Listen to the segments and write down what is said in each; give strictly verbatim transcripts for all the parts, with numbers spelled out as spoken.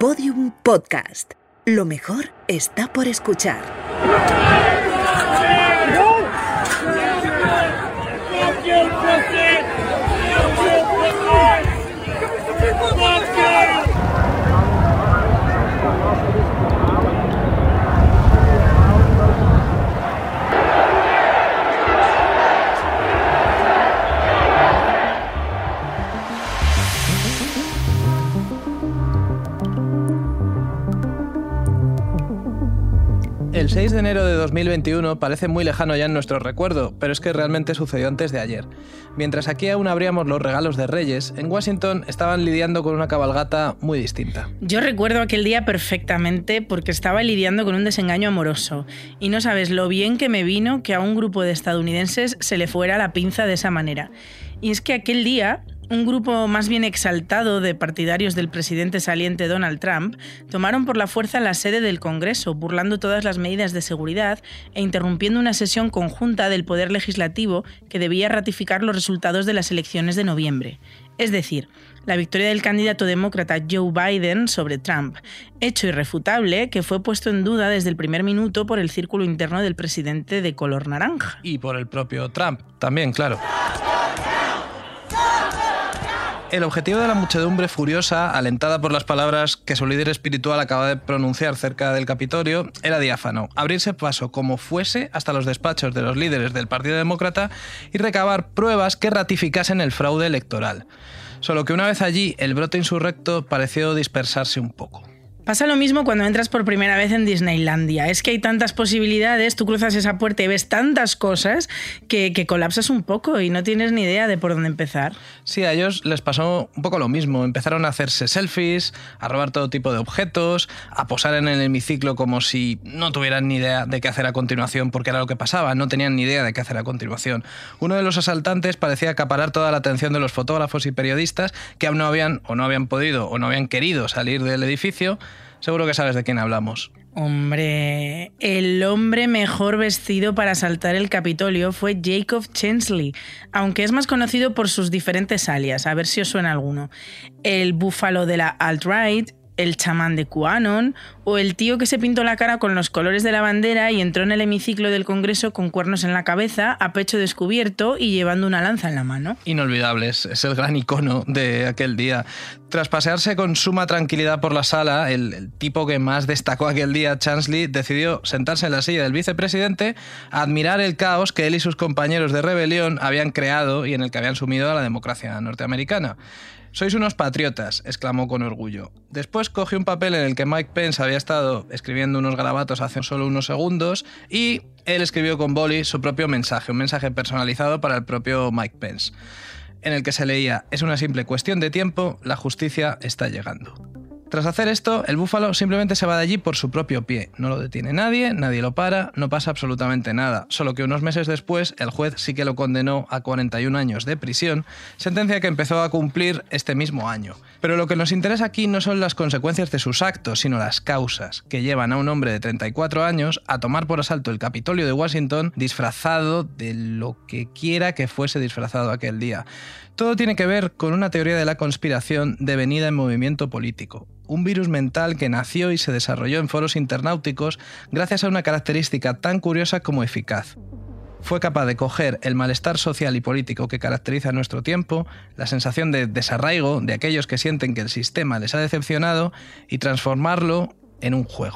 Podium Podcast. Lo mejor está por escuchar. El seis de enero de dos mil veintiuno parece muy lejano ya en nuestro recuerdo, pero es que realmente sucedió antes de ayer. Mientras aquí aún abríamos los regalos de Reyes, en Washington estaban lidiando con una cabalgata muy distinta. Yo recuerdo aquel día perfectamente porque estaba lidiando con un desengaño amoroso y no sabes lo bien que me vino que a un grupo de estadounidenses se le fuera la pinza de esa manera. Y es que aquel día un grupo más bien exaltado de partidarios del presidente saliente Donald Trump tomaron por la fuerza la sede del Congreso, burlando todas las medidas de seguridad e interrumpiendo una sesión conjunta del Poder Legislativo que debía ratificar los resultados de las elecciones de noviembre. Es decir, la victoria del candidato demócrata Joe Biden sobre Trump, hecho irrefutable que fue puesto en duda desde el primer minuto por el círculo interno del presidente de color naranja. Y por el propio Trump, también, claro. El objetivo de la muchedumbre furiosa, alentada por las palabras que su líder espiritual acaba de pronunciar cerca del Capitolio, era diáfano: abrirse paso como fuese hasta los despachos de los líderes del Partido Demócrata y recabar pruebas que ratificasen el fraude electoral. Solo que una vez allí, el brote insurrecto pareció dispersarse un poco. Pasa lo mismo cuando entras por primera vez en Disneylandia. Es que hay tantas posibilidades, tú cruzas esa puerta y ves tantas cosas que, que colapsas un poco y no tienes ni idea de por dónde empezar. Sí, a ellos les pasó un poco lo mismo. Empezaron a hacerse selfies, a robar todo tipo de objetos, a posar en el hemiciclo como si no tuvieran ni idea de qué hacer a continuación, porque era lo que pasaba, no tenían ni idea de qué hacer a continuación. Uno de los asaltantes parecía acaparar toda la atención de los fotógrafos y periodistas que aún no habían o no habían podido o no habían querido salir del edificio. Seguro que sabes de quién hablamos. Hombre, el hombre mejor vestido para asaltar el Capitolio fue Jacob Chansley, aunque es más conocido por sus diferentes alias, a ver si os suena alguno. El búfalo de la alt-right, el chamán de QAnon o el tío que se pintó la cara con los colores de la bandera y entró en el hemiciclo del Congreso con cuernos en la cabeza, a pecho descubierto y llevando una lanza en la mano. Inolvidables, es el gran icono de aquel día. Tras pasearse con suma tranquilidad por la sala, el, el tipo que más destacó aquel día, Chansley, decidió sentarse en la silla del vicepresidente a admirar el caos que él y sus compañeros de rebelión habían creado y en el que habían sumido a la democracia norteamericana. «Sois unos patriotas», exclamó con orgullo. Después cogió un papel en el que Mike Pence había estado escribiendo unos garabatos hace solo unos segundos y él escribió con boli su propio mensaje, un mensaje personalizado para el propio Mike Pence, en el que se leía: «Es una simple cuestión de tiempo, la justicia está llegando». Tras hacer esto, el búfalo simplemente se va de allí por su propio pie. No lo detiene nadie, nadie lo para, no pasa absolutamente nada. Solo que unos meses después, el juez sí que lo condenó a cuarenta y un años de prisión, sentencia que empezó a cumplir este mismo año. Pero lo que nos interesa aquí no son las consecuencias de sus actos, sino las causas que llevan a un hombre de treinta y cuatro años a tomar por asalto el Capitolio de Washington disfrazado de lo que quiera que fuese disfrazado aquel día. Todo tiene que ver con una teoría de la conspiración devenida en movimiento político. Un virus mental que nació y se desarrolló en foros internauticos gracias a una característica tan curiosa como eficaz. Fue capaz de coger el malestar social y político que caracteriza nuestro tiempo, la sensación de desarraigo de aquellos que sienten que el sistema les ha decepcionado, y transformarlo en un juego.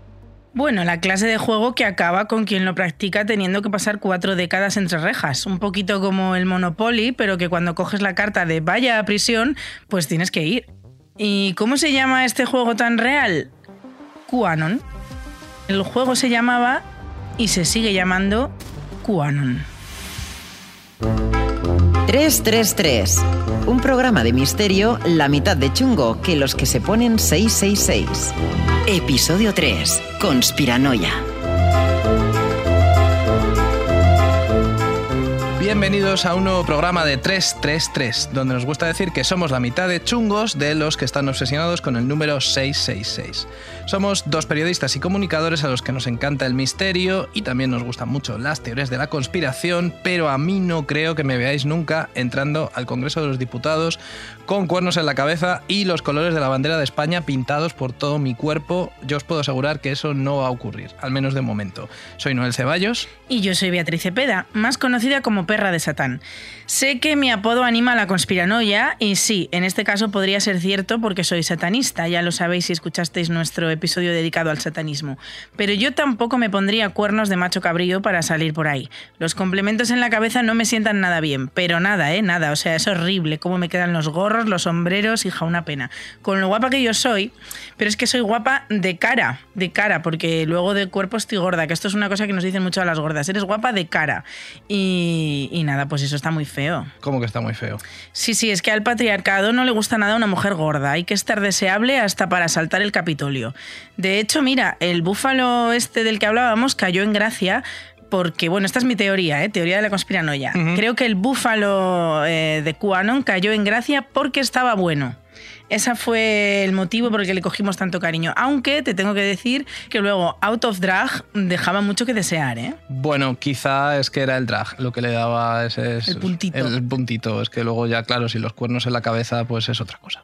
Bueno, la clase de juego que acaba con quien lo practica teniendo que pasar cuatro décadas entre rejas. Un poquito como el Monopoly, pero que cuando coges la carta de vaya a prisión, pues tienes que ir. ¿Y cómo se llama este juego tan real? QAnon. El juego se llamaba y se sigue llamando QAnon. trescientos treinta y tres. Un programa de misterio la mitad de chungo que los que se ponen seiscientos sesenta y seis. Episodio tres. Conspiranoia. Bienvenidos a un nuevo programa de tres tres tres, donde nos gusta decir que somos la mitad de chungos de los que están obsesionados con el número seis seis seis. Somos dos periodistas y comunicadores a los que nos encanta el misterio y también nos gustan mucho las teorías de la conspiración, pero a mí no creo que me veáis nunca entrando al Congreso de los Diputados con cuernos en la cabeza y los colores de la bandera de España pintados por todo mi cuerpo. Yo os puedo asegurar que eso no va a ocurrir, al menos de momento. Soy Noel Ceballos. Y yo soy Beatriz Cepeda, más conocida como Perra de Satán. Sé que mi apodo anima a la conspiranoia y sí, en este caso podría ser cierto porque soy satanista, ya lo sabéis si escuchasteis nuestro episodio dedicado al satanismo. Pero yo tampoco me pondría cuernos de macho cabrío para salir por ahí. Los complementos en la cabeza no me sientan nada bien, pero nada, ¿eh? Nada, o sea, es horrible cómo me quedan los gorros, los sombreros, hija, una pena. Con lo guapa que yo soy, pero es que soy guapa de cara, de cara, porque luego de cuerpo estoy gorda, que esto es una cosa que nos dicen mucho a las gordas, eres guapa de cara. Y, y nada, pues eso está muy feo. ¿Cómo que está muy feo? Sí, sí, es que al patriarcado no le gusta nada a una mujer gorda, hay que estar deseable hasta para asaltar el Capitolio. De hecho, mira, el búfalo este del que hablábamos cayó en gracia porque, bueno, esta es mi teoría, ¿eh? Teoría de la conspiranoia. Uh-huh. Creo que el búfalo eh, de QAnon cayó en gracia porque estaba bueno. Ese fue el motivo por el que le cogimos tanto cariño. Aunque te tengo que decir que luego Out of Drag dejaba mucho que desear, ¿eh? Bueno, quizá es que era el drag lo que le daba ese... El puntito. El puntito. Es que luego ya, claro, si los cuernos en la cabeza, pues es otra cosa.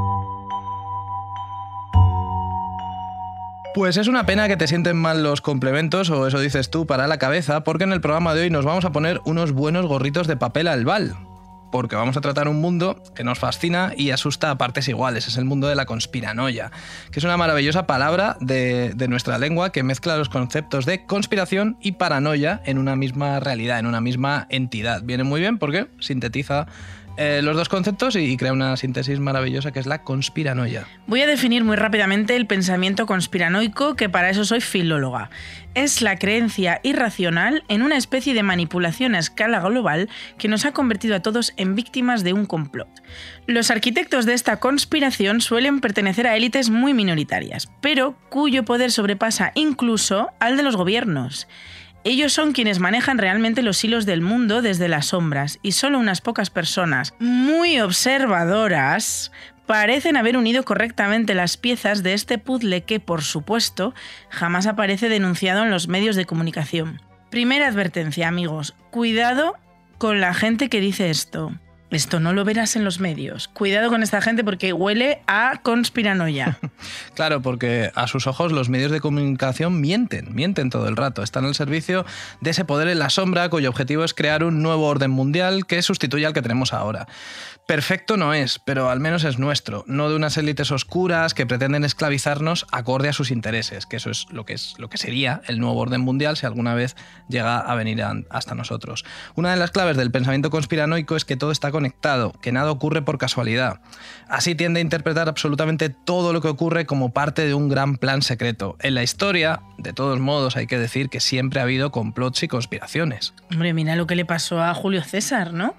Pues es una pena que te sienten mal los complementos, o eso dices tú, para la cabeza, porque en el programa de hoy nos vamos a poner unos buenos gorritos de papel albal. Porque vamos a tratar un mundo que nos fascina y asusta a partes iguales. Es el mundo de la conspiranoia, que es una maravillosa palabra de, de nuestra lengua que mezcla los conceptos de conspiración y paranoia en una misma realidad, en una misma entidad. Viene muy bien porque sintetiza Eh, los dos conceptos y crea una síntesis maravillosa que es la conspiranoia. Voy a definir muy rápidamente el pensamiento conspiranoico, que para eso soy filóloga. Es la creencia irracional en una especie de manipulación a escala global que nos ha convertido a todos en víctimas de un complot. Los arquitectos de esta conspiración suelen pertenecer a élites muy minoritarias, pero cuyo poder sobrepasa incluso al de los gobiernos. Ellos son quienes manejan realmente los hilos del mundo desde las sombras y solo unas pocas personas muy observadoras parecen haber unido correctamente las piezas de este puzzle que, por supuesto, jamás aparece denunciado en los medios de comunicación. Primera advertencia, amigos, cuidado con la gente que dice esto. Esto no lo verás en los medios. Cuidado con esta gente porque huele a conspiranoia. Claro, porque a sus ojos los medios de comunicación mienten, mienten todo el rato. Están al servicio de ese poder en la sombra cuyo objetivo es crear un nuevo orden mundial que sustituya al que tenemos ahora. Perfecto no es, pero al menos es nuestro, no de unas élites oscuras que pretenden esclavizarnos acorde a sus intereses, que eso es lo que, es, lo que sería el nuevo orden mundial si alguna vez llega a venir a, hasta nosotros. Una de las claves del pensamiento conspiranoico es que todo está conectado, que nada ocurre por casualidad. Así tiende a interpretar absolutamente todo lo que ocurre como parte de un gran plan secreto. En la historia, de todos modos, hay que decir que siempre ha habido complots y conspiraciones. Hombre, mira lo que le pasó a Julio César, ¿no?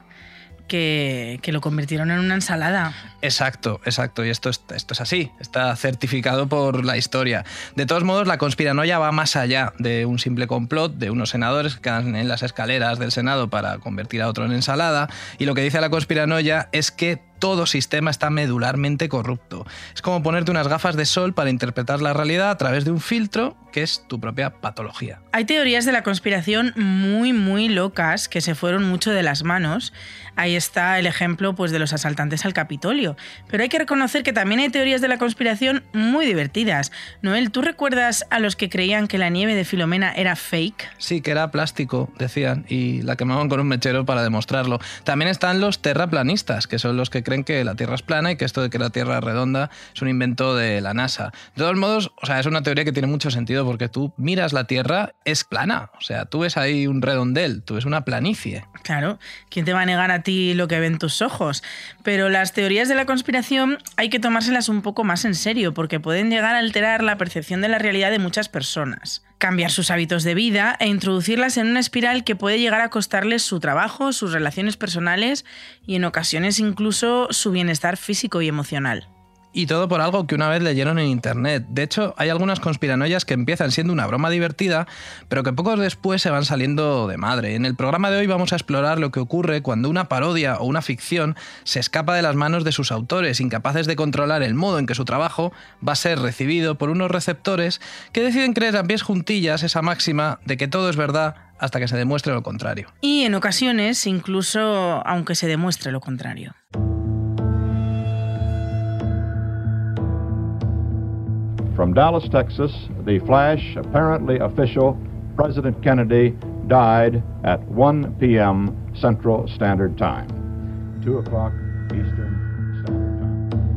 Que, que lo convirtieron en una ensalada. Exacto, exacto. Y esto es, esto es así. Está certificado por la historia. De todos modos, la conspiranoia va más allá de un simple complot de unos senadores que quedan en las escaleras del Senado para convertir a otro en ensalada. Y lo que dice la conspiranoia es que todo sistema está medularmente corrupto. Es como ponerte unas gafas de sol para interpretar la realidad a través de un filtro que es tu propia patología. Hay teorías de la conspiración muy, muy locas que se fueron mucho de las manos. Ahí está el ejemplo, pues, de los asaltantes al Capitolio. Pero hay que reconocer que también hay teorías de la conspiración muy divertidas. Noel, ¿tú recuerdas a los que creían que la nieve de Filomena era fake? Sí, que era plástico, decían, y la quemaban con un mechero para demostrarlo. También están los terraplanistas, que son los que creen que la Tierra es plana y que esto de que la Tierra es redonda es un invento de la NASA. De todos modos, o sea, es una teoría que tiene mucho sentido porque tú miras la Tierra, es plana. O sea, tú ves ahí un redondel, tú ves una planicie. Claro, ¿quién te va a negar a ti lo que ven tus ojos? Pero las teorías de la conspiración hay que tomárselas un poco más en serio porque pueden llegar a alterar la percepción de la realidad de muchas personas, cambiar sus hábitos de vida e introducirlas en una espiral que puede llegar a costarles su trabajo, sus relaciones personales y en ocasiones incluso su bienestar físico y emocional. Y todo por algo que una vez leyeron en internet. De hecho, hay algunas conspiranoias que empiezan siendo una broma divertida, pero que pocos después se van saliendo de madre. En el programa de hoy vamos a explorar lo que ocurre cuando una parodia o una ficción se escapa de las manos de sus autores, incapaces de controlar el modo en que su trabajo va a ser recibido por unos receptores que deciden creer a pies juntillas esa máxima de que todo es verdad hasta que se demuestre lo contrario. Y en ocasiones, incluso aunque se demuestre lo contrario. From Dallas, Texas, the flash, apparently official, President Kennedy died at one p m Central Standard Time, two o'clock Eastern Standard Time.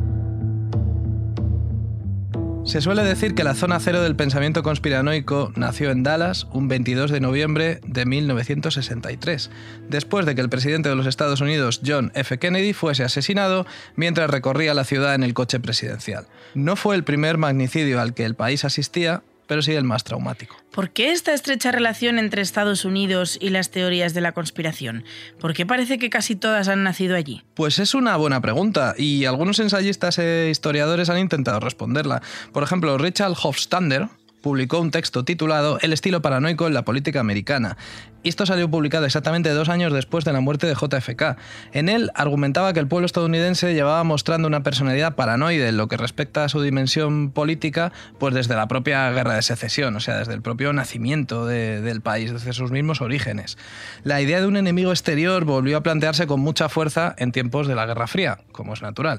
Se suele decir que la zona cero del pensamiento conspiranoico nació en Dallas un veintidós de noviembre de mil novecientos sesenta y tres, después de que el presidente de los Estados Unidos, John F. Kennedy, fuese asesinado mientras recorría la ciudad en el coche presidencial. No fue el primer magnicidio al que el país asistía, pero sí el más traumático. ¿Por qué esta estrecha relación entre Estados Unidos y las teorías de la conspiración? ¿Por qué parece que casi todas han nacido allí? Pues es una buena pregunta y algunos ensayistas e historiadores han intentado responderla. Por ejemplo, Richard Hofstadter publicó un texto titulado El estilo paranoico en la política americana. Esto salió publicado exactamente dos años después de la muerte de J F K. En él argumentaba que el pueblo estadounidense llevaba mostrando una personalidad paranoide en lo que respecta a su dimensión política, pues desde la propia guerra de secesión, o sea, desde el propio nacimiento de, del país, desde sus mismos orígenes. La idea de un enemigo exterior volvió a plantearse con mucha fuerza en tiempos de la Guerra Fría, como es natural.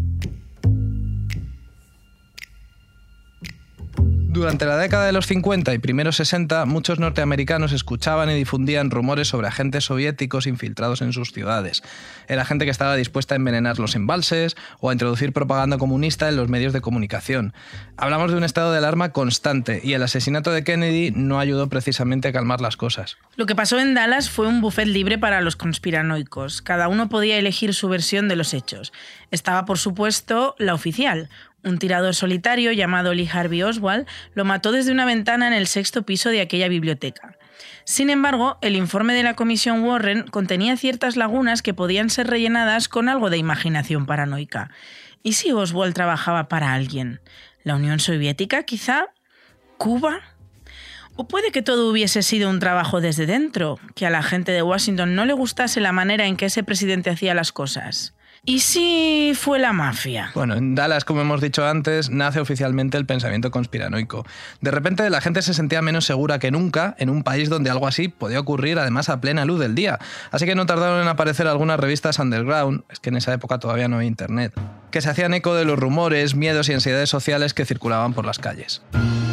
Durante la década de los cincuenta y primeros sesenta, muchos norteamericanos escuchaban y difundían rumores sobre agentes soviéticos infiltrados en sus ciudades. Era gente que estaba dispuesta a envenenar los embalses o a introducir propaganda comunista en los medios de comunicación. Hablamos de un estado de alarma constante y el asesinato de Kennedy no ayudó precisamente a calmar las cosas. Lo que pasó en Dallas fue un buffet libre para los conspiranoicos. Cada uno podía elegir su versión de los hechos. Estaba, por supuesto, la oficial. Un tirador solitario llamado Lee Harvey Oswald lo mató desde una ventana en el sexto piso de aquella biblioteca. Sin embargo, el informe de la Comisión Warren contenía ciertas lagunas que podían ser rellenadas con algo de imaginación paranoica. ¿Y si Oswald trabajaba para alguien? ¿La Unión Soviética, quizá? ¿Cuba? ¿O puede que todo hubiese sido un trabajo desde dentro? ¿Que a la gente de Washington no le gustase la manera en que ese presidente hacía las cosas? ¿Y si fue la mafia? Bueno, en Dallas, como hemos dicho antes, nace oficialmente el pensamiento conspiranoico. De repente la gente se sentía menos segura que nunca en un país donde algo así podía ocurrir además a plena luz del día. Así que no tardaron en aparecer algunas revistas underground, es que en esa época todavía no había internet, que se hacían eco de los rumores, miedos y ansiedades sociales que circulaban por las calles.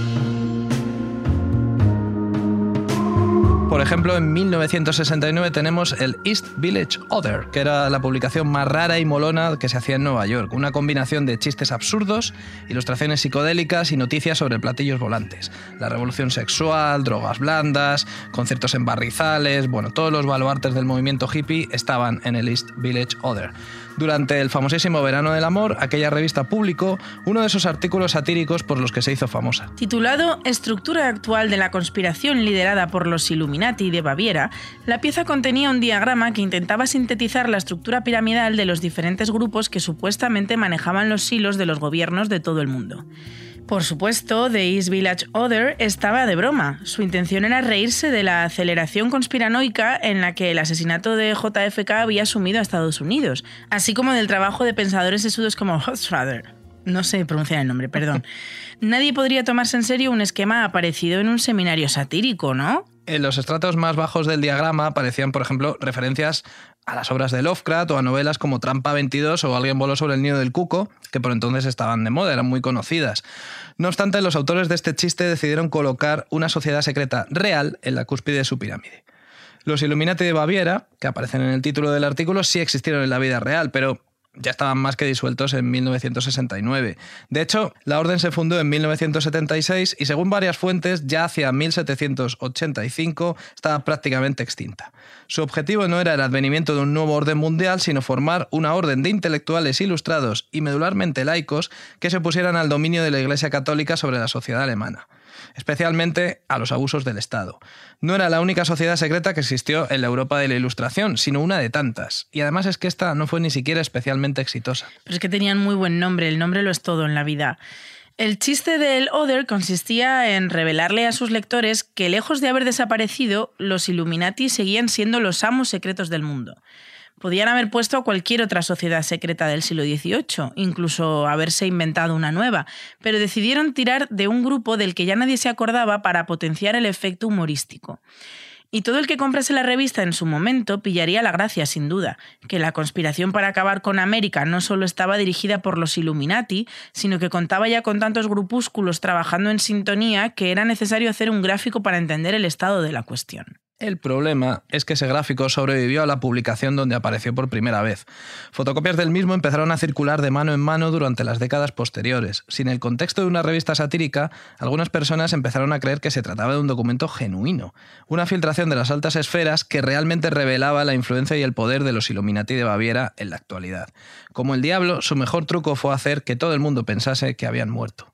Por ejemplo, en mil novecientos sesenta y nueve tenemos el East Village Other, que era la publicación más rara y molona que se hacía en Nueva York. Una combinación de chistes absurdos, ilustraciones psicodélicas y noticias sobre platillos volantes. La revolución sexual, drogas blandas, conciertos en barrizales... Bueno, todos los baluartes del movimiento hippie estaban en el East Village Other. Durante el famosísimo Verano del Amor, aquella revista publicó uno de esos artículos satíricos por los que se hizo famosa. Titulado Estructura actual de la conspiración liderada por los Illuminati de Baviera, la pieza contenía un diagrama que intentaba sintetizar la estructura piramidal de los diferentes grupos que supuestamente manejaban los hilos de los gobiernos de todo el mundo. Por supuesto, The East Village Other estaba de broma. Su intención era reírse de la aceleración conspiranoica en la que el asesinato de J F K había sumido a Estados Unidos, así como del trabajo de pensadores sesudos como Hofstadter. No sé pronunciar el nombre, perdón. Nadie podría tomarse en serio un esquema aparecido en un seminario satírico, ¿no? En los estratos más bajos del diagrama aparecían, por ejemplo, referencias a las obras de Lovecraft o a novelas como Trampa veintidós o Alguien voló sobre el nido del cuco, que por entonces estaban de moda, eran muy conocidas. No obstante, los autores de este chiste decidieron colocar una sociedad secreta real en la cúspide de su pirámide. Los Illuminati de Baviera, que aparecen en el título del artículo, sí existieron en la vida real, pero ya estaban más que disueltos en mil novecientos sesenta y nueve. De hecho, la orden se fundó en mil novecientos setenta y seis y según varias fuentes, ya hacia mil setecientos ochenta y cinco estaba prácticamente extinta. Su objetivo no era el advenimiento de un nuevo orden mundial, sino formar una orden de intelectuales ilustrados y medularmente laicos que se opusieran al dominio de la Iglesia Católica sobre la sociedad alemana, especialmente a los abusos del Estado. No era la única sociedad secreta que existió en la Europa de la Ilustración, sino una de tantas. Y además es que esta no fue ni siquiera especialmente comercialmente exitosa. Pero es que tenían muy buen nombre, el nombre lo es todo en la vida. El chiste del Other consistía en revelarle a sus lectores que, lejos de haber desaparecido, los Illuminati seguían siendo los amos secretos del mundo. Podían haber puesto a cualquier otra sociedad secreta del siglo dieciocho, incluso haberse inventado una nueva, pero decidieron tirar de un grupo del que ya nadie se acordaba para potenciar el efecto humorístico. Y todo el que comprase la revista en su momento pillaría la gracia, sin duda, que la conspiración para acabar con América no solo estaba dirigida por los Illuminati, sino que contaba ya con tantos grupúsculos trabajando en sintonía que era necesario hacer un gráfico para entender el estado de la cuestión. El problema es que ese gráfico sobrevivió a la publicación donde apareció por primera vez. Fotocopias del mismo empezaron a circular de mano en mano durante las décadas posteriores. Sin el contexto de una revista satírica, algunas personas empezaron a creer que se trataba de un documento genuino, una filtración de las altas esferas que realmente revelaba la influencia y el poder de los Illuminati de Baviera en la actualidad. Como el diablo, su mejor truco fue hacer que todo el mundo pensase que habían muerto.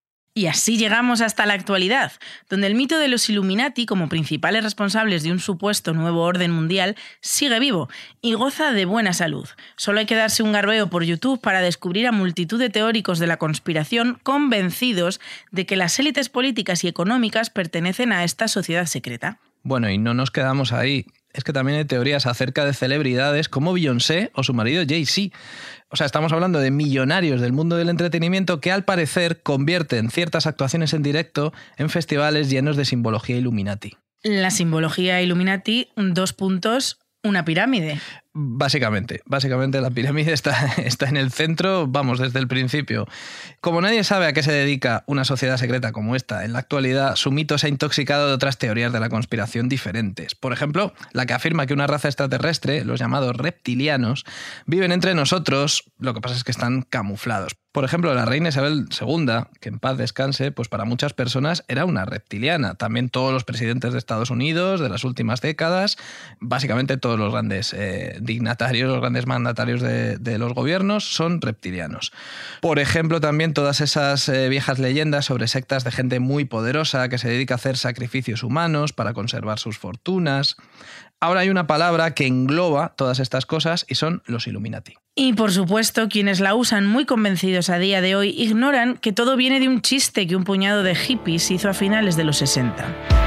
Y así llegamos hasta la actualidad, donde el mito de los Illuminati como principales responsables de un supuesto nuevo orden mundial sigue vivo y goza de buena salud. Solo hay que darse un garbeo por YouTube para descubrir a multitud de teóricos de la conspiración convencidos de que las élites políticas y económicas pertenecen a esta sociedad secreta. Bueno, y no nos quedamos ahí. Es que también hay teorías acerca de celebridades como Beyoncé o su marido Jay-Z. O sea, estamos hablando de millonarios del mundo del entretenimiento que al parecer convierten ciertas actuaciones en directo en festivales llenos de simbología Illuminati. La simbología Illuminati, dos puntos, una pirámide. Básicamente, básicamente la pirámide está, está en el centro, vamos, desde el principio. Como nadie sabe a qué se dedica una sociedad secreta como esta, en la actualidad su mito se ha intoxicado de otras teorías de la conspiración diferentes. Por ejemplo, la que afirma que una raza extraterrestre, los llamados reptilianos, viven entre nosotros, lo que pasa es que están camuflados. Por ejemplo, la reina Isabel segunda, que en paz descanse, pues para muchas personas era una reptiliana. También todos los presidentes de Estados Unidos de las últimas décadas, básicamente todos los grandes eh, dignatarios, los grandes mandatarios de, de los gobiernos son reptilianos. Por ejemplo, también todas esas eh, viejas leyendas sobre sectas de gente muy poderosa que se dedica a hacer sacrificios humanos para conservar sus fortunas. Ahora hay una palabra que engloba todas estas cosas y son los Illuminati. Y por supuesto, quienes la usan muy convencidos a día de hoy ignoran que todo viene de un chiste que un puñado de hippies hizo a finales de los sesenta.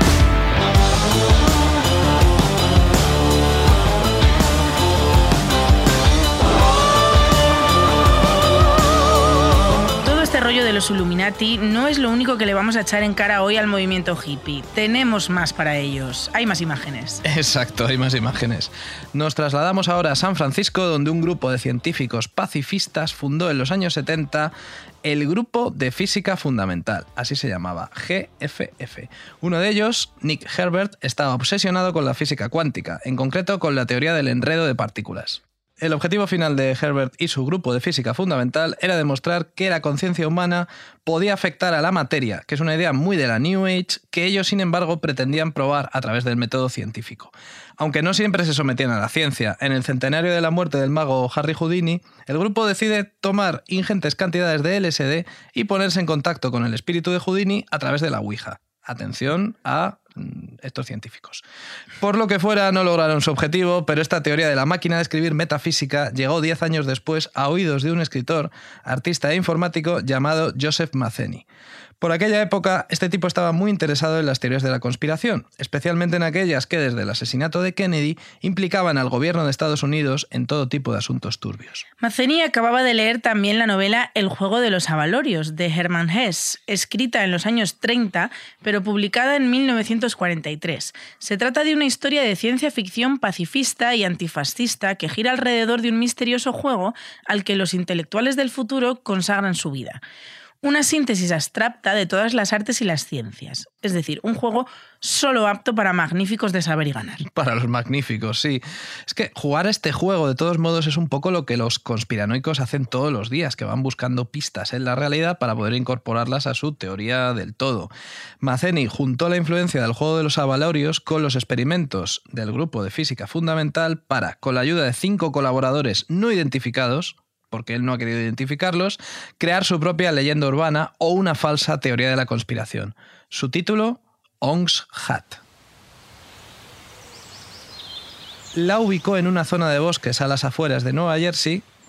Rollo de los Illuminati no es lo único que le vamos a echar en cara hoy al movimiento hippie. Tenemos más para ellos. Hay más imágenes. Exacto, hay más imágenes. Nos trasladamos ahora a San Francisco, donde un grupo de científicos pacifistas fundó en los años setenta el Grupo de Física Fundamental, así se llamaba, G F F. Uno de ellos, Nick Herbert, estaba obsesionado con la física cuántica, en concreto con la teoría del enredo de partículas. El objetivo final de Herbert y su grupo de física fundamental era demostrar que la conciencia humana podía afectar a la materia, que es una idea muy de la New Age, que ellos, sin embargo, pretendían probar a través del método científico. Aunque no siempre se sometían a la ciencia, en el centenario de la muerte del mago Harry Houdini, el grupo decide tomar ingentes cantidades de L S D y ponerse en contacto con el espíritu de Houdini a través de la Ouija. Atención a estos científicos. Por lo que fuera, no lograron su objetivo, pero esta teoría de la máquina de escribir metafísica llegó diez años después a oídos de un escritor, artista e informático llamado Joseph Mazzeni. Por aquella época, este tipo estaba muy interesado en las teorías de la conspiración, especialmente en aquellas que desde el asesinato de Kennedy implicaban al gobierno de Estados Unidos en todo tipo de asuntos turbios. Mazzeni acababa de leer también la novela El juego de los avalorios, de Hermann Hesse, escrita en los años treinta, pero publicada en mil novecientos cuarenta y tres. Se trata de una historia de ciencia ficción pacifista y antifascista que gira alrededor de un misterioso juego al que los intelectuales del futuro consagran su vida. Una síntesis abstracta de todas las artes y las ciencias. Es decir, un juego solo apto para magníficos de saber y ganar. Para los magníficos, sí. Es que jugar a este juego, de todos modos, es un poco lo que los conspiranoicos hacen todos los días, que van buscando pistas en la realidad para poder incorporarlas a su teoría del todo. Mazzeni juntó la influencia del juego de los avalorios con los experimentos del grupo de física fundamental para, con la ayuda de cinco colaboradores no identificados, porque él no ha querido identificarlos, crear su propia leyenda urbana o una falsa teoría de la conspiración. Su título, Ong's Hat. La ubicó en una zona de bosques a las afueras de Nueva Jersey,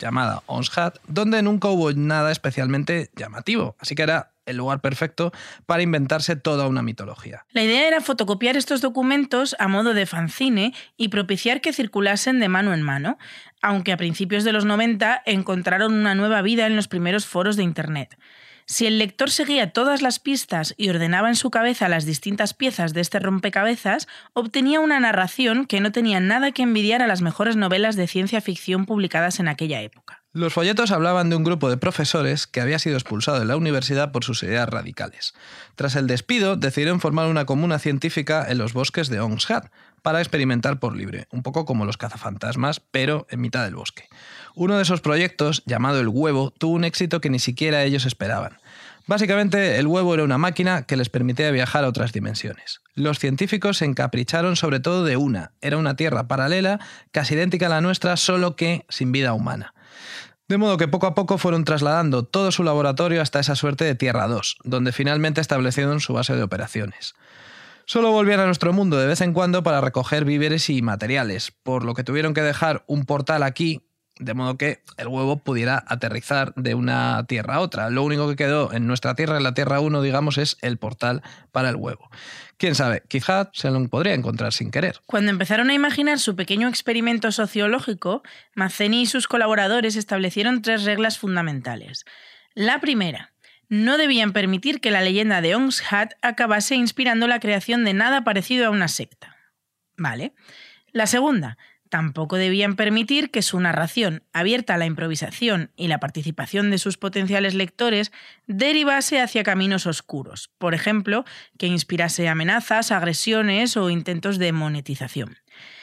llamada Onshat, donde nunca hubo nada especialmente llamativo, así que era el lugar perfecto para inventarse toda una mitología. La idea era fotocopiar estos documentos a modo de fanzine y propiciar que circulasen de mano en mano, aunque a principios de los noventa encontraron una nueva vida en los primeros foros de Internet. Si el lector seguía todas las pistas y ordenaba en su cabeza las distintas piezas de este rompecabezas, obtenía una narración que no tenía nada que envidiar a las mejores novelas de ciencia ficción publicadas en aquella época. Los folletos hablaban de un grupo de profesores que había sido expulsado de la universidad por sus ideas radicales. Tras el despido, decidieron formar una comuna científica en los bosques de Onshat para experimentar por libre, un poco como los cazafantasmas, pero en mitad del bosque. Uno de esos proyectos, llamado El Huevo, tuvo un éxito que ni siquiera ellos esperaban. Básicamente, el huevo era una máquina que les permitía viajar a otras dimensiones. Los científicos se encapricharon sobre todo de una. Era una tierra paralela, casi idéntica a la nuestra, solo que sin vida humana. De modo que poco a poco fueron trasladando todo su laboratorio hasta esa suerte de Tierra dos, donde finalmente establecieron su base de operaciones. Solo volvían a nuestro mundo de vez en cuando para recoger víveres y materiales, por lo que tuvieron que dejar un portal aquí, de modo que el huevo pudiera aterrizar de una tierra a otra. Lo único que quedó en nuestra tierra, en la Tierra uno, digamos, es el portal para el huevo. Quién sabe, quizá se lo podría encontrar sin querer. Cuando empezaron a imaginar su pequeño experimento sociológico, Mazzeni y sus colaboradores establecieron tres reglas fundamentales. La primera: no debían permitir que la leyenda de Onshat acabase inspirando la creación de nada parecido a una secta. ¿Vale? La segunda: tampoco debían permitir que su narración, abierta a la improvisación y la participación de sus potenciales lectores, derivase hacia caminos oscuros, por ejemplo, que inspirase amenazas, agresiones o intentos de monetización.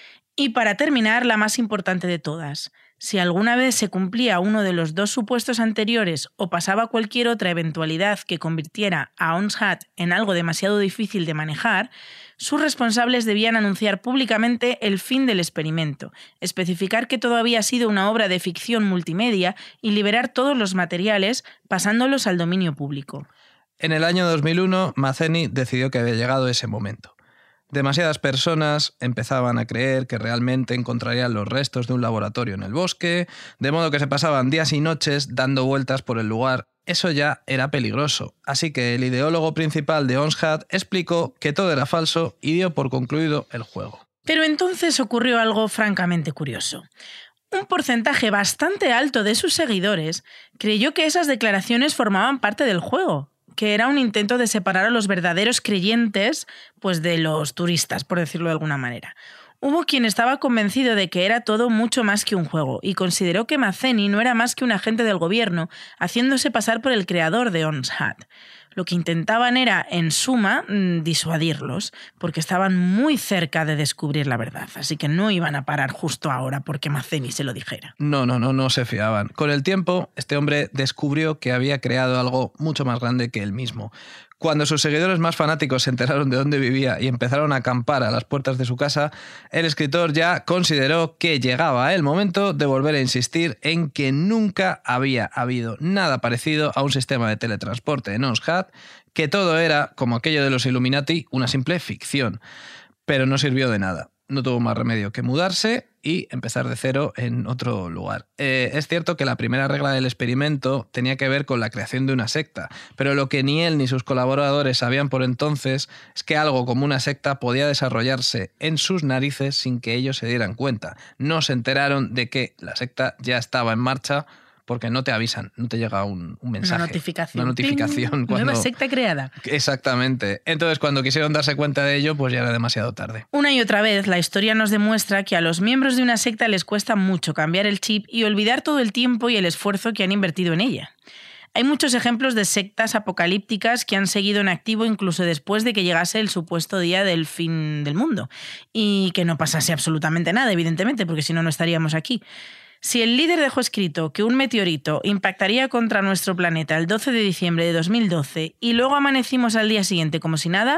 Y para terminar, la más importante de todas: si alguna vez se cumplía uno de los dos supuestos anteriores o pasaba cualquier otra eventualidad que convirtiera a Onshat en algo demasiado difícil de manejar, sus responsables debían anunciar públicamente el fin del experimento, especificar que todo había sido una obra de ficción multimedia y liberar todos los materiales, pasándolos al dominio público. En el año dos mil uno, Mazzeni decidió que había llegado ese momento. Demasiadas personas empezaban a creer que realmente encontrarían los restos de un laboratorio en el bosque, de modo que se pasaban días y noches dando vueltas por el lugar. Eso ya era peligroso, así que el ideólogo principal de Onshat explicó que todo era falso y dio por concluido el juego. Pero entonces ocurrió algo francamente curioso. Un porcentaje bastante alto de sus seguidores creyó que esas declaraciones formaban parte del juego, que era un intento de separar a los verdaderos creyentes, pues, de los turistas, por decirlo de alguna manera. Hubo quien estaba convencido de que era todo mucho más que un juego y consideró que Mazzeni no era más que un agente del gobierno, haciéndose pasar por el creador de Onshat. Lo que intentaban era, en suma, disuadirlos, porque estaban muy cerca de descubrir la verdad, así que no iban a parar justo ahora porque Mazzeni se lo dijera. No, no, no, no se fiaban. Con el tiempo, este hombre descubrió que había creado algo mucho más grande que él mismo. Cuando sus seguidores más fanáticos se enteraron de dónde vivía y empezaron a acampar a las puertas de su casa, el escritor ya consideró que llegaba el momento de volver a insistir en que nunca había habido nada parecido a un sistema de teletransporte en Onshat, que todo era, como aquello de los Illuminati, una simple ficción. Pero no sirvió de nada. No tuvo más remedio que mudarse y empezar de cero en otro lugar. Eh, es cierto que la primera regla del experimento tenía que ver con la creación de una secta, pero lo que ni él ni sus colaboradores sabían por entonces es que algo como una secta podía desarrollarse en sus narices sin que ellos se dieran cuenta. No se enteraron de que la secta ya estaba en marcha, porque no te avisan, no te llega un, un mensaje. Una notificación. Una notificación. Cuando... Nueva secta creada. Exactamente. Entonces, cuando quisieron darse cuenta de ello, pues ya era demasiado tarde. Una y otra vez, la historia nos demuestra que a los miembros de una secta les cuesta mucho cambiar el chip y olvidar todo el tiempo y el esfuerzo que han invertido en ella. Hay muchos ejemplos de sectas apocalípticas que han seguido en activo incluso después de que llegase el supuesto día del fin del mundo. Y que no pasase absolutamente nada, evidentemente, porque si no, no estaríamos aquí. Si el líder dejó escrito que un meteorito impactaría contra nuestro planeta el doce de diciembre de dos mil doce y luego amanecimos al día siguiente como si nada,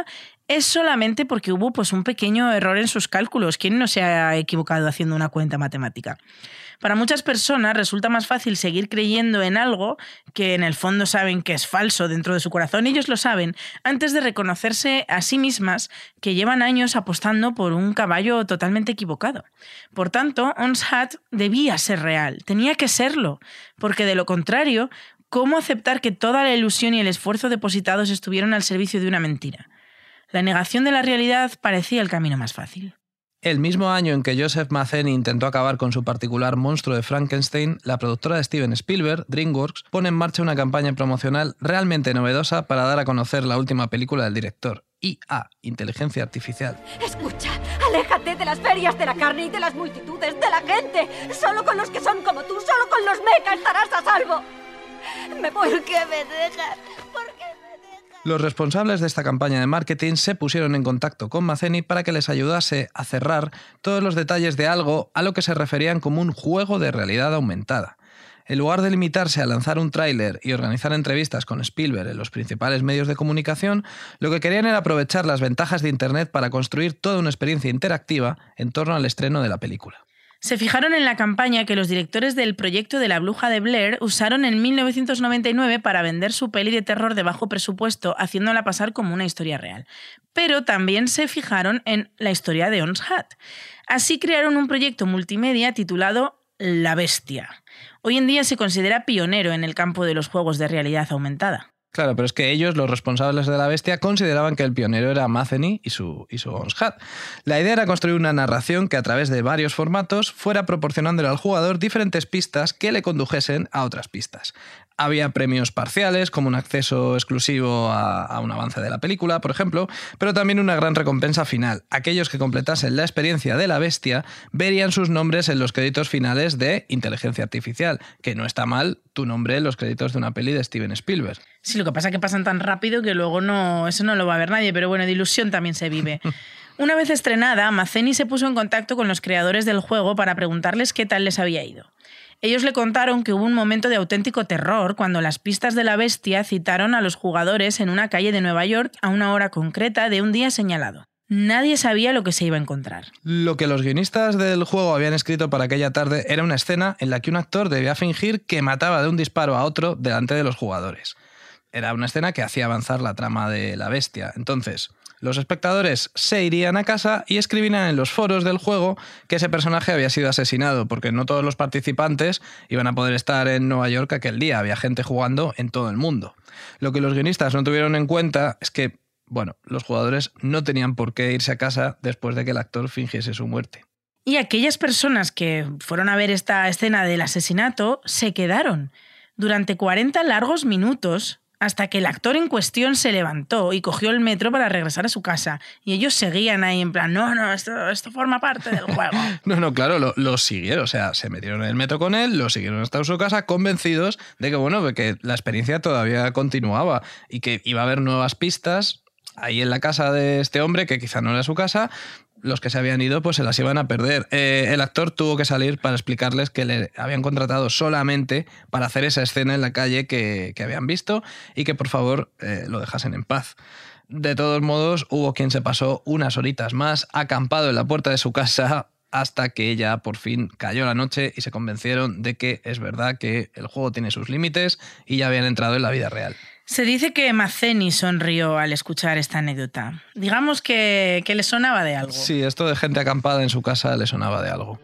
es solamente porque hubo pues, un pequeño error en sus cálculos. ¿Quién no se ha equivocado haciendo una cuenta matemática? Para muchas personas resulta más fácil seguir creyendo en algo que en el fondo saben que es falso dentro de su corazón, ellos lo saben, antes de reconocerse a sí mismas que llevan años apostando por un caballo totalmente equivocado. Por tanto, Ons Hat debía ser real, tenía que serlo, porque de lo contrario, ¿cómo aceptar que toda la ilusión y el esfuerzo depositados estuvieron al servicio de una mentira? La negación de la realidad parecía el camino más fácil. El mismo año en que Joseph Mazzeni intentó acabar con su particular monstruo de Frankenstein, la productora de Steven Spielberg, DreamWorks, pone en marcha una campaña promocional realmente novedosa para dar a conocer la última película del director, I A, Inteligencia Artificial. Escucha, aléjate de las ferias de la carne y de las multitudes, de la gente. Solo con los que son como tú, solo con los meca estarás a salvo. ¿Me ¿Por qué me dejas? ¿Por qué me dejas? Los responsables de esta campaña de marketing se pusieron en contacto con Mazzeni para que les ayudase a cerrar todos los detalles de algo a lo que se referían como un juego de realidad aumentada. En lugar de limitarse a lanzar un tráiler y organizar entrevistas con Spielberg en los principales medios de comunicación, lo que querían era aprovechar las ventajas de Internet para construir toda una experiencia interactiva en torno al estreno de la película. Se fijaron en la campaña que los directores del proyecto de La Bruja de Blair usaron en mil novecientos noventa y nueve para vender su peli de terror de bajo presupuesto, haciéndola pasar como una historia real. Pero también se fijaron en la historia de Ons Hat. Así crearon un proyecto multimedia titulado La Bestia. Hoy en día se considera pionero en el campo de los juegos de realidad aumentada. Claro, pero es que ellos, los responsables de La Bestia, consideraban que el pionero era Mazzeni y su, y su Ons Hat. La idea era construir una narración que a través de varios formatos fuera proporcionándole al jugador diferentes pistas que le condujesen a otras pistas. Había premios parciales, como un acceso exclusivo a, a un avance de la película, por ejemplo, pero también una gran recompensa final. Aquellos que completasen la experiencia de La Bestia verían sus nombres en los créditos finales de Inteligencia Artificial, que no está mal tu nombre en los créditos de una peli de Steven Spielberg. Sí, lo que pasa es que pasan tan rápido que luego no, eso no lo va a ver nadie, pero bueno, de ilusión también se vive. Una vez estrenada, Mazzeni se puso en contacto con los creadores del juego para preguntarles qué tal les había ido. Ellos le contaron que hubo un momento de auténtico terror cuando las pistas de La Bestia citaron a los jugadores en una calle de Nueva York a una hora concreta de un día señalado. Nadie sabía lo que se iba a encontrar. Lo que los guionistas del juego habían escrito para aquella tarde era una escena en la que un actor debía fingir que mataba de un disparo a otro delante de los jugadores. Era una escena que hacía avanzar la trama de La Bestia. Entonces, los espectadores se irían a casa y escribirían en los foros del juego que ese personaje había sido asesinado, porque no todos los participantes iban a poder estar en Nueva York aquel día. Había gente jugando en todo el mundo. Lo que los guionistas no tuvieron en cuenta es que, bueno, los jugadores no tenían por qué irse a casa después de que el actor fingiese su muerte. Y aquellas personas que fueron a ver esta escena del asesinato se quedaron durante cuarenta largos minutos hasta que el actor en cuestión se levantó y cogió el metro para regresar a su casa. Y ellos seguían ahí en plan, no, no, esto, esto forma parte del juego. no, no, claro, lo, lo siguieron. O sea, se metieron en el metro con él, lo siguieron hasta su casa, convencidos de que, bueno, de que la experiencia todavía continuaba y que iba a haber nuevas pistas ahí en la casa de este hombre, que quizá no era su casa. Los que se habían ido pues se las iban a perder. Eh, el actor tuvo que salir para explicarles que le habían contratado solamente para hacer esa escena en la calle que, que habían visto y que por favor eh, lo dejasen en paz. De todos modos, hubo quien se pasó unas horitas más acampado en la puerta de su casa hasta que ya por fin cayó la noche y se convencieron de que es verdad que el juego tiene sus límites y ya habían entrado en la vida real. Se dice que Mazzeni sonrió al escuchar esta anécdota. Digamos que, que le sonaba de algo. Sí, esto de gente acampada en su casa le sonaba de algo.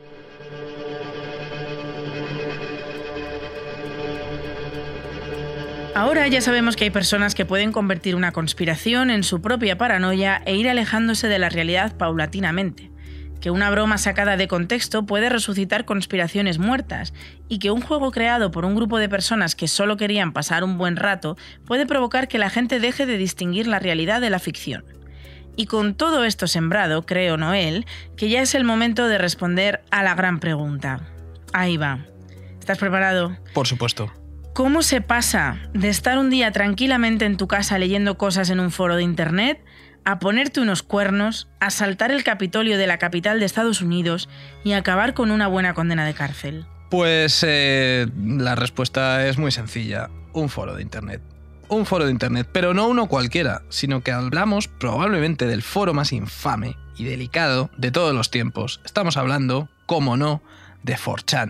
Ahora ya sabemos que hay personas que pueden convertir una conspiración en su propia paranoia e ir alejándose de la realidad paulatinamente. Que una broma sacada de contexto puede resucitar conspiraciones muertas y que un juego creado por un grupo de personas que solo querían pasar un buen rato puede provocar que la gente deje de distinguir la realidad de la ficción. Y con todo esto sembrado, creo, Noel, que ya es el momento de responder a la gran pregunta. Ahí va. ¿Estás preparado? Por supuesto. ¿Cómo se pasa de estar un día tranquilamente en tu casa leyendo cosas en un foro de internet a ponerte unos cuernos, asaltar el Capitolio de la capital de Estados Unidos y acabar con una buena condena de cárcel? Pues eh, la respuesta es muy sencilla. Un foro de internet. un foro de internet, pero no uno cualquiera, sino que hablamos probablemente del foro más infame y delicado de todos los tiempos. Estamos hablando, cómo no, de cuatro chan.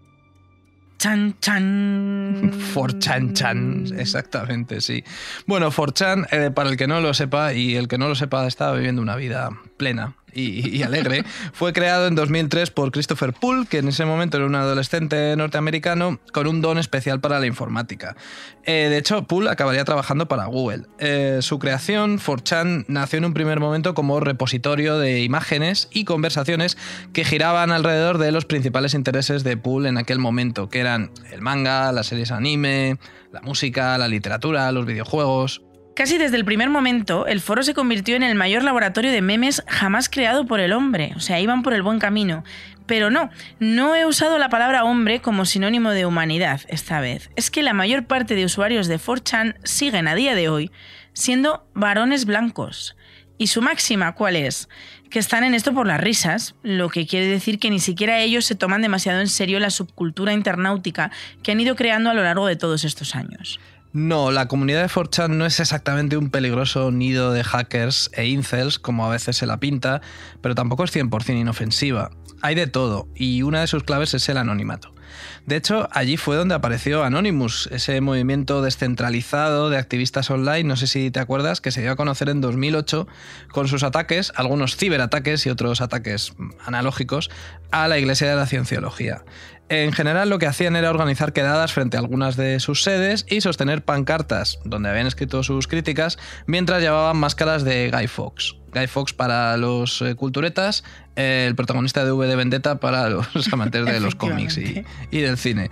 Chan, chan. cuatro chan, chan, exactamente, sí. Bueno, cuatro chan, eh, para el que no lo sepa, y el que no lo sepa está viviendo una vida plena y, y alegre, fue creado en dos mil tres por Christopher Poole, que en ese momento era un adolescente norteamericano con un don especial para la informática. Eh, de hecho, Poole acabaría trabajando para Google. Eh, su creación, cuatro chan, nació en un primer momento como repositorio de imágenes y conversaciones que giraban alrededor de los principales intereses de Poole en aquel momento, que eran el manga, las series anime, la música, la literatura, los videojuegos. Casi desde el primer momento, el foro se convirtió en el mayor laboratorio de memes jamás creado por el hombre. O sea, iban por el buen camino. Pero no, no he usado la palabra hombre como sinónimo de humanidad esta vez. Es que la mayor parte de usuarios de cuatro chan siguen a día de hoy siendo varones blancos. ¿Y su máxima cuál es? Que están en esto por las risas, lo que quiere decir que ni siquiera ellos se toman demasiado en serio la subcultura internautica que han ido creando a lo largo de todos estos años. No, la comunidad de cuatro chan no es exactamente un peligroso nido de hackers e incels, como a veces se la pinta, pero tampoco es cien por ciento inofensiva. Hay de todo, y una de sus claves es el anonimato. De hecho, allí fue donde apareció Anonymous, ese movimiento descentralizado de activistas online, no sé si te acuerdas, que se dio a conocer en dos mil ocho con sus ataques, algunos ciberataques y otros ataques analógicos, a la Iglesia de la Cienciología. En general, lo que hacían era organizar quedadas frente a algunas de sus sedes y sostener pancartas donde habían escrito sus críticas mientras llevaban máscaras de Guy Fawkes. Guy Fawkes para los eh, culturetas, eh, el protagonista de V de Vendetta para los amantes de los cómics y, y del cine.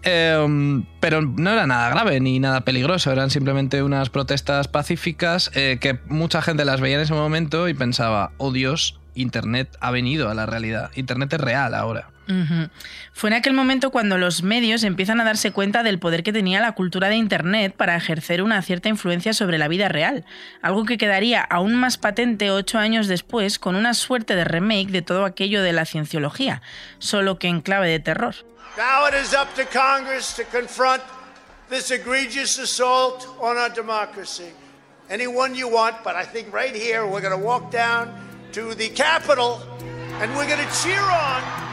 Eh, pero no era nada grave ni nada peligroso, eran simplemente unas protestas pacíficas eh, que mucha gente las veía en ese momento y pensaba, oh Dios, Internet ha venido a la realidad, Internet es real ahora. Uh-huh. Fue en aquel momento cuando los medios empiezan a darse cuenta del poder que tenía la cultura de Internet para ejercer una cierta influencia sobre la vida real, algo que quedaría aún más patente ocho años después con una suerte de remake de todo aquello de la cienciología, solo que en clave de terror. Now it is up to Congress to confront this egregious assault on our democracy. Anyone you want, but I think right here we're going to walk down to the Capitol and we're going to cheer on.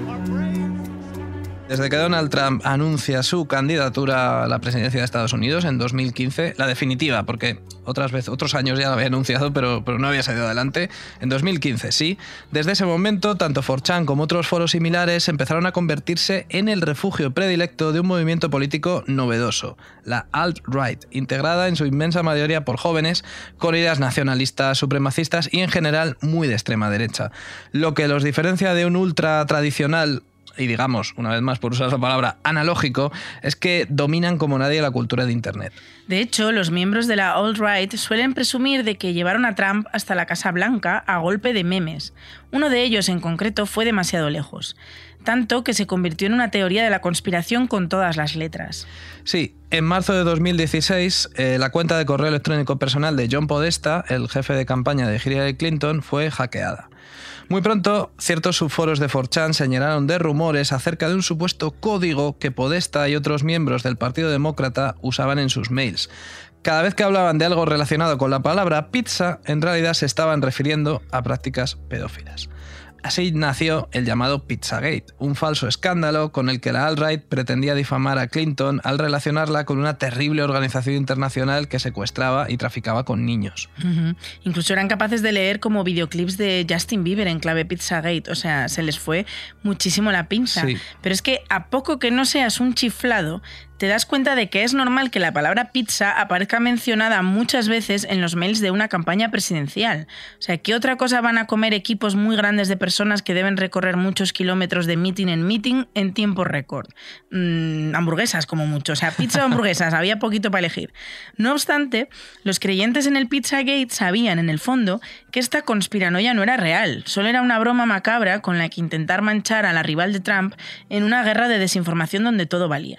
Desde que Donald Trump anuncia su candidatura a la presidencia de Estados Unidos en dos mil quince, la definitiva, porque otras veces, otros años ya lo había anunciado, pero, pero no había salido adelante, en dos mil quince sí, desde ese momento tanto cuatro chan como otros foros similares empezaron a convertirse en el refugio predilecto de un movimiento político novedoso, la alt-right, integrada en su inmensa mayoría por jóvenes con ideas nacionalistas, supremacistas y en general muy de extrema derecha, lo que los diferencia de un ultra tradicional y digamos, una vez más por usar la palabra analógico, es que dominan como nadie la cultura de Internet. De hecho, los miembros de la alt-right suelen presumir de que llevaron a Trump hasta la Casa Blanca a golpe de memes. Uno de ellos en concreto fue demasiado lejos, tanto que se convirtió en una teoría de la conspiración con todas las letras. Sí, en marzo de dos mil dieciséis, eh, la cuenta de correo electrónico personal de John Podesta, el jefe de campaña de Hillary Clinton, fue hackeada. Muy pronto, ciertos subforos de cuatro chan se llenaron de rumores acerca de un supuesto código que Podesta y otros miembros del Partido Demócrata usaban en sus mails. Cada vez que hablaban de algo relacionado con la palabra pizza, en realidad se estaban refiriendo a prácticas pedófilas. Así nació el llamado Pizzagate, un falso escándalo con el que la alt-right pretendía difamar a Clinton al relacionarla con una terrible organización internacional que secuestraba y traficaba con niños. Uh-huh. Incluso eran capaces de leer como videoclips de Justin Bieber en clave Pizzagate, o sea, se les fue muchísimo la pinza. Sí. Pero es que a poco que no seas un chiflado, te das cuenta de que es normal que la palabra pizza aparezca mencionada muchas veces en los mails de una campaña presidencial. O sea, ¿qué otra cosa van a comer equipos muy grandes de personas que deben recorrer muchos kilómetros de meeting en meeting en tiempo récord? Mm, hamburguesas, como mucho. O sea, pizza o hamburguesas, había poquito para elegir. No obstante, los creyentes en el Pizzagate sabían, en el fondo, que esta conspiranoia no era real. Solo era una broma macabra con la que intentar manchar a la rival de Trump en una guerra de desinformación donde todo valía.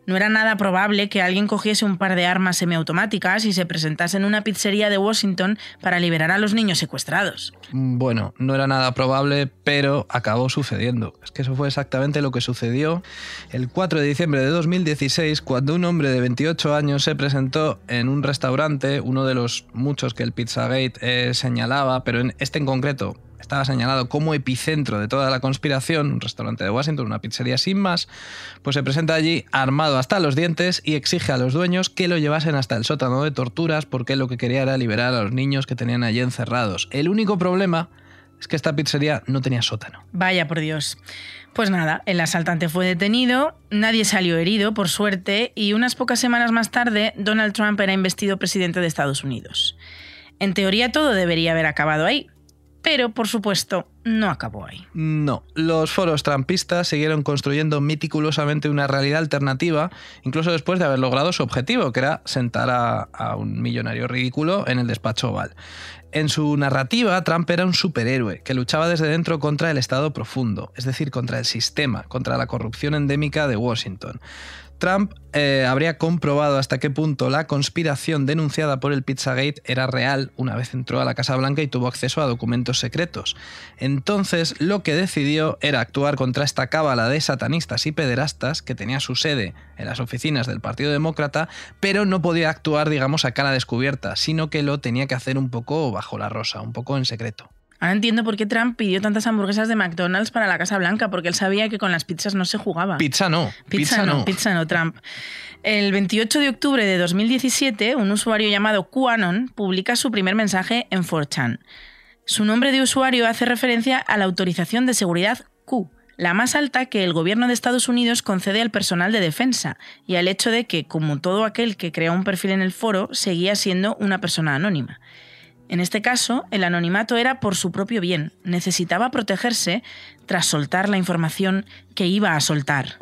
No era nada probable que alguien cogiese un par de armas semiautomáticas y se presentase en una pizzería de Washington para liberar a los niños secuestrados. Bueno, no era nada probable, pero acabó sucediendo. Es que eso fue exactamente lo que sucedió el cuatro de diciembre de dos mil dieciséis, cuando un hombre de veintiocho años se presentó en un restaurante, uno de los muchos que el Pizzagate eh, señalaba, pero en este en concreto estaba señalado como epicentro de toda la conspiración, un restaurante de Washington, una pizzería sin más, pues se presenta allí armado hasta los dientes y exige a los dueños que lo llevasen hasta el sótano de torturas porque lo que quería era liberar a los niños que tenían allí encerrados. El único problema es que esta pizzería no tenía sótano. Vaya por Dios. Pues nada, el asaltante fue detenido, nadie salió herido, por suerte, y unas pocas semanas más tarde Donald Trump era investido presidente de Estados Unidos. En teoría todo debería haber acabado ahí. Pero, por supuesto, no acabó ahí. No, los foros trumpistas siguieron construyendo meticulosamente una realidad alternativa, incluso después de haber logrado su objetivo, que era sentar a, a un millonario ridículo en el despacho Oval. En su narrativa, Trump era un superhéroe que luchaba desde dentro contra el Estado profundo, es decir, contra el sistema, contra la corrupción endémica de Washington. Trump eh, habría comprobado hasta qué punto la conspiración denunciada por el Pizzagate era real una vez entró a la Casa Blanca y tuvo acceso a documentos secretos. Entonces, lo que decidió era actuar contra esta cábala de satanistas y pederastas que tenía su sede en las oficinas del Partido Demócrata, pero no podía actuar, digamos, a cara descubierta, sino que lo tenía que hacer un poco bajo la rosa, un poco en secreto. Ahora entiendo por qué Trump pidió tantas hamburguesas de McDonald's para la Casa Blanca, porque él sabía que con las pizzas no se jugaba. Pizza no. Pizza, pizza no, no. Pizza no, Trump. El veintiocho de octubre de dos mil diecisiete, un usuario llamado QAnon publica su primer mensaje en cuatro chan. Su nombre de usuario hace referencia a la autorización de seguridad Q, la más alta que el gobierno de Estados Unidos concede al personal de defensa, y al hecho de que, como todo aquel que crea un perfil en el foro, seguía siendo una persona anónima. En este caso, el anonimato era por su propio bien. Necesitaba protegerse tras soltar la información que iba a soltar.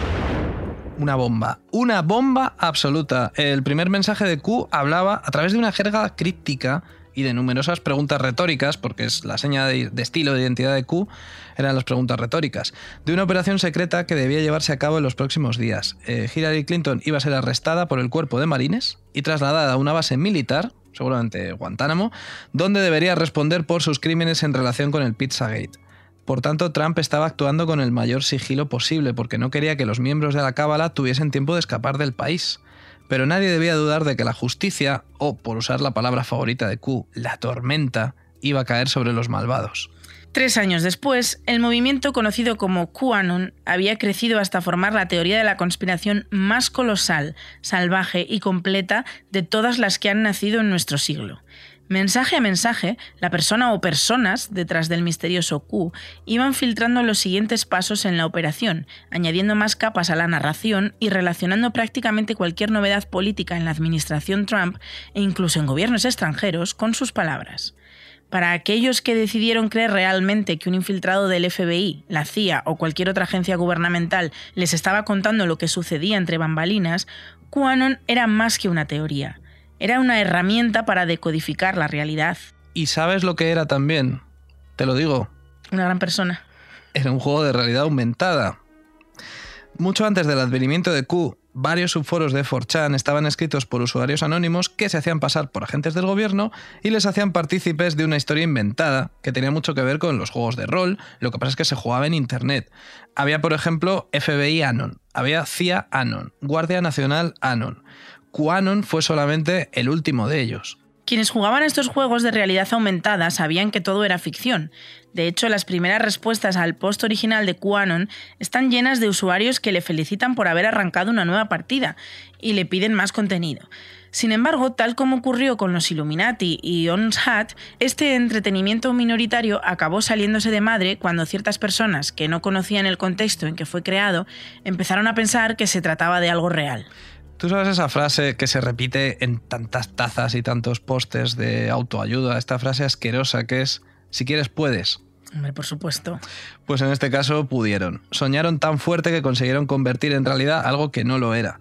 Una bomba. Una bomba absoluta. El primer mensaje de Q hablaba a través de una jerga críptica y de numerosas preguntas retóricas, porque es la seña de, de estilo de identidad de Q, eran las preguntas retóricas, de una operación secreta que debía llevarse a cabo en los próximos días. Eh, Hillary Clinton iba a ser arrestada por el cuerpo de marines y trasladada a una base militar, seguramente Guantánamo, donde debería responder por sus crímenes en relación con el Pizzagate. Por tanto, Trump estaba actuando con el mayor sigilo posible, porque no quería que los miembros de la cábala tuviesen tiempo de escapar del país. Pero nadie debía dudar de que la justicia, o por usar la palabra favorita de Q, la tormenta, iba a caer sobre los malvados. Tres años después, el movimiento conocido como QAnon había crecido hasta formar la teoría de la conspiración más colosal, salvaje y completa de todas las que han nacido en nuestro siglo. Mensaje a mensaje, la persona o personas detrás del misterioso Q iban filtrando los siguientes pasos en la operación, añadiendo más capas a la narración y relacionando prácticamente cualquier novedad política en la administración Trump e incluso en gobiernos extranjeros con sus palabras. Para aquellos que decidieron creer realmente que un infiltrado del F B I, la C I A o cualquier otra agencia gubernamental les estaba contando lo que sucedía entre bambalinas, QAnon era más que una teoría. Era una herramienta para decodificar la realidad. ¿Y sabes lo que era también? Te lo digo. Una gran persona. Era un juego de realidad aumentada. Mucho antes del advenimiento de Q, varios subforos de cuatro chan estaban escritos por usuarios anónimos que se hacían pasar por agentes del gobierno y les hacían partícipes de una historia inventada que tenía mucho que ver con los juegos de rol. Lo que pasa es que se jugaba en internet. Había, por ejemplo, F B I Anon, había C I A Anon, Guardia Nacional Anon. QAnon fue solamente el último de ellos. Quienes jugaban estos juegos de realidad aumentada sabían que todo era ficción. De hecho, las primeras respuestas al post original de QAnon están llenas de usuarios que le felicitan por haber arrancado una nueva partida y le piden más contenido. Sin embargo, tal como ocurrió con los Illuminati y Ons Hat, este entretenimiento minoritario acabó saliéndose de madre cuando ciertas personas que no conocían el contexto en que fue creado empezaron a pensar que se trataba de algo real. ¿Tú sabes esa frase que se repite en tantas tazas y tantos pósters de autoayuda? Esta frase asquerosa que es, si quieres puedes. Hombre, por supuesto. Pues en este caso pudieron. Soñaron tan fuerte que consiguieron convertir en realidad algo que no lo era.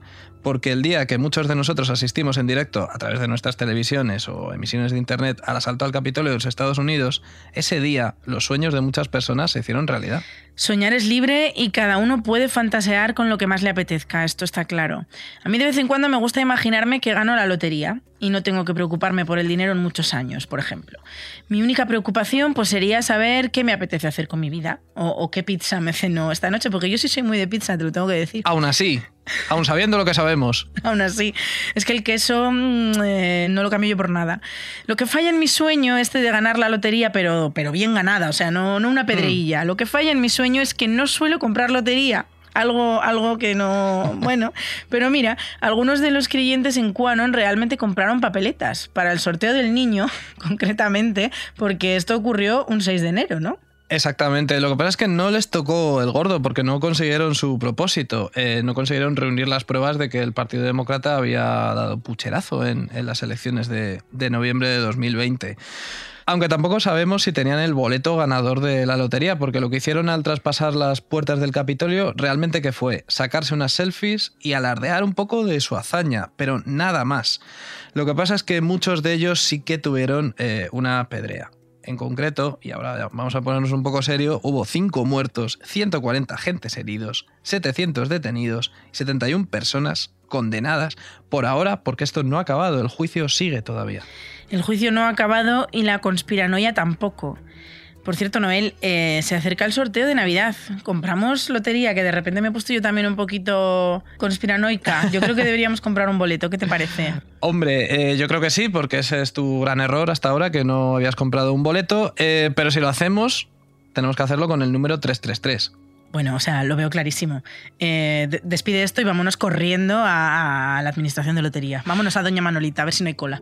porque el día que muchos de nosotros asistimos en directo a través de nuestras televisiones o emisiones de internet al asalto al Capitolio de los Estados Unidos, ese día los sueños de muchas personas se hicieron realidad. Soñar es libre y cada uno puede fantasear con lo que más le apetezca, esto está claro. A mí de vez en cuando me gusta imaginarme que gano la lotería y no tengo que preocuparme por el dinero en muchos años, por ejemplo. Mi única preocupación pues sería saber qué me apetece hacer con mi vida o, o qué pizza me ceno esta noche, porque yo sí soy muy de pizza, te lo tengo que decir. Aún así, aún sabiendo lo que sabemos. Aún así, es que el queso eh, no lo cambio yo por nada. Lo que falla en mi sueño, este de ganar la lotería, pero, pero bien ganada, o sea, no, no una pedreilla. Mm. Lo que falla en mi sueño es que no suelo comprar lotería. Algo, algo que no... Bueno, pero mira, algunos de los creyentes en QAnon realmente compraron papeletas para el sorteo del niño, concretamente, porque esto ocurrió un seis de enero, ¿no? Exactamente, lo que pasa es que no les tocó el gordo porque no consiguieron su propósito, eh, no consiguieron reunir las pruebas de que el Partido Demócrata había dado pucherazo en, en las elecciones de, de noviembre de dos mil veinte. Aunque tampoco sabemos si tenían el boleto ganador de la lotería, porque lo que hicieron al traspasar las puertas del Capitolio realmente que fue sacarse unas selfies y alardear un poco de su hazaña, pero nada más. Lo que pasa es que muchos de ellos sí que tuvieron eh, una pedrea. En concreto, y ahora vamos a ponernos un poco serio, hubo cinco muertos, ciento cuarenta agentes heridos, setecientos detenidos y setenta y una personas condenadas por ahora, porque esto no ha acabado, el juicio sigue todavía. El juicio no ha acabado y la conspiranoia tampoco. Por cierto, Noel, eh, se acerca el sorteo de Navidad. Compramos lotería, que de repente me he puesto yo también un poquito conspiranoica. Yo creo que deberíamos comprar un boleto. ¿Qué te parece? Hombre, eh, yo creo que sí, porque ese es tu gran error hasta ahora, que no habías comprado un boleto. Eh, pero si lo hacemos, tenemos que hacerlo con el número tres tres tres. Bueno, o sea, lo veo clarísimo. Eh, de- despide esto y vámonos corriendo a, a la administración de lotería. Vámonos a Doña Manolita, a ver si no hay cola.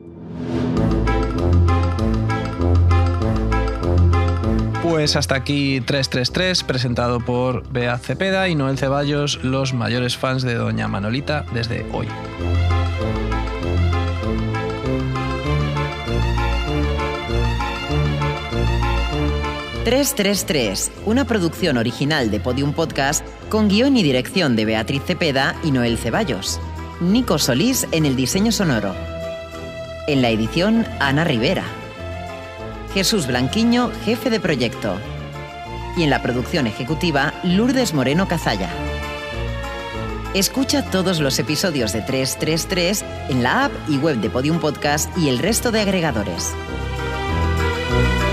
Pues hasta aquí tres tres tres, presentado por Bea Cepeda y Noel Ceballos, los mayores fans de Doña Manolita desde hoy. tres tres tres, una producción original de Podium Podcast con guión y dirección de Beatriz Cepeda y Noel Ceballos. Nico Solís en el diseño sonoro. En la edición, Ana Rivera. Jesús Blanquiño, jefe de proyecto. Y en la producción ejecutiva, Lourdes Moreno Cazalla. Escucha todos los episodios de tres tres tres en la app y web de Podium Podcast y el resto de agregadores.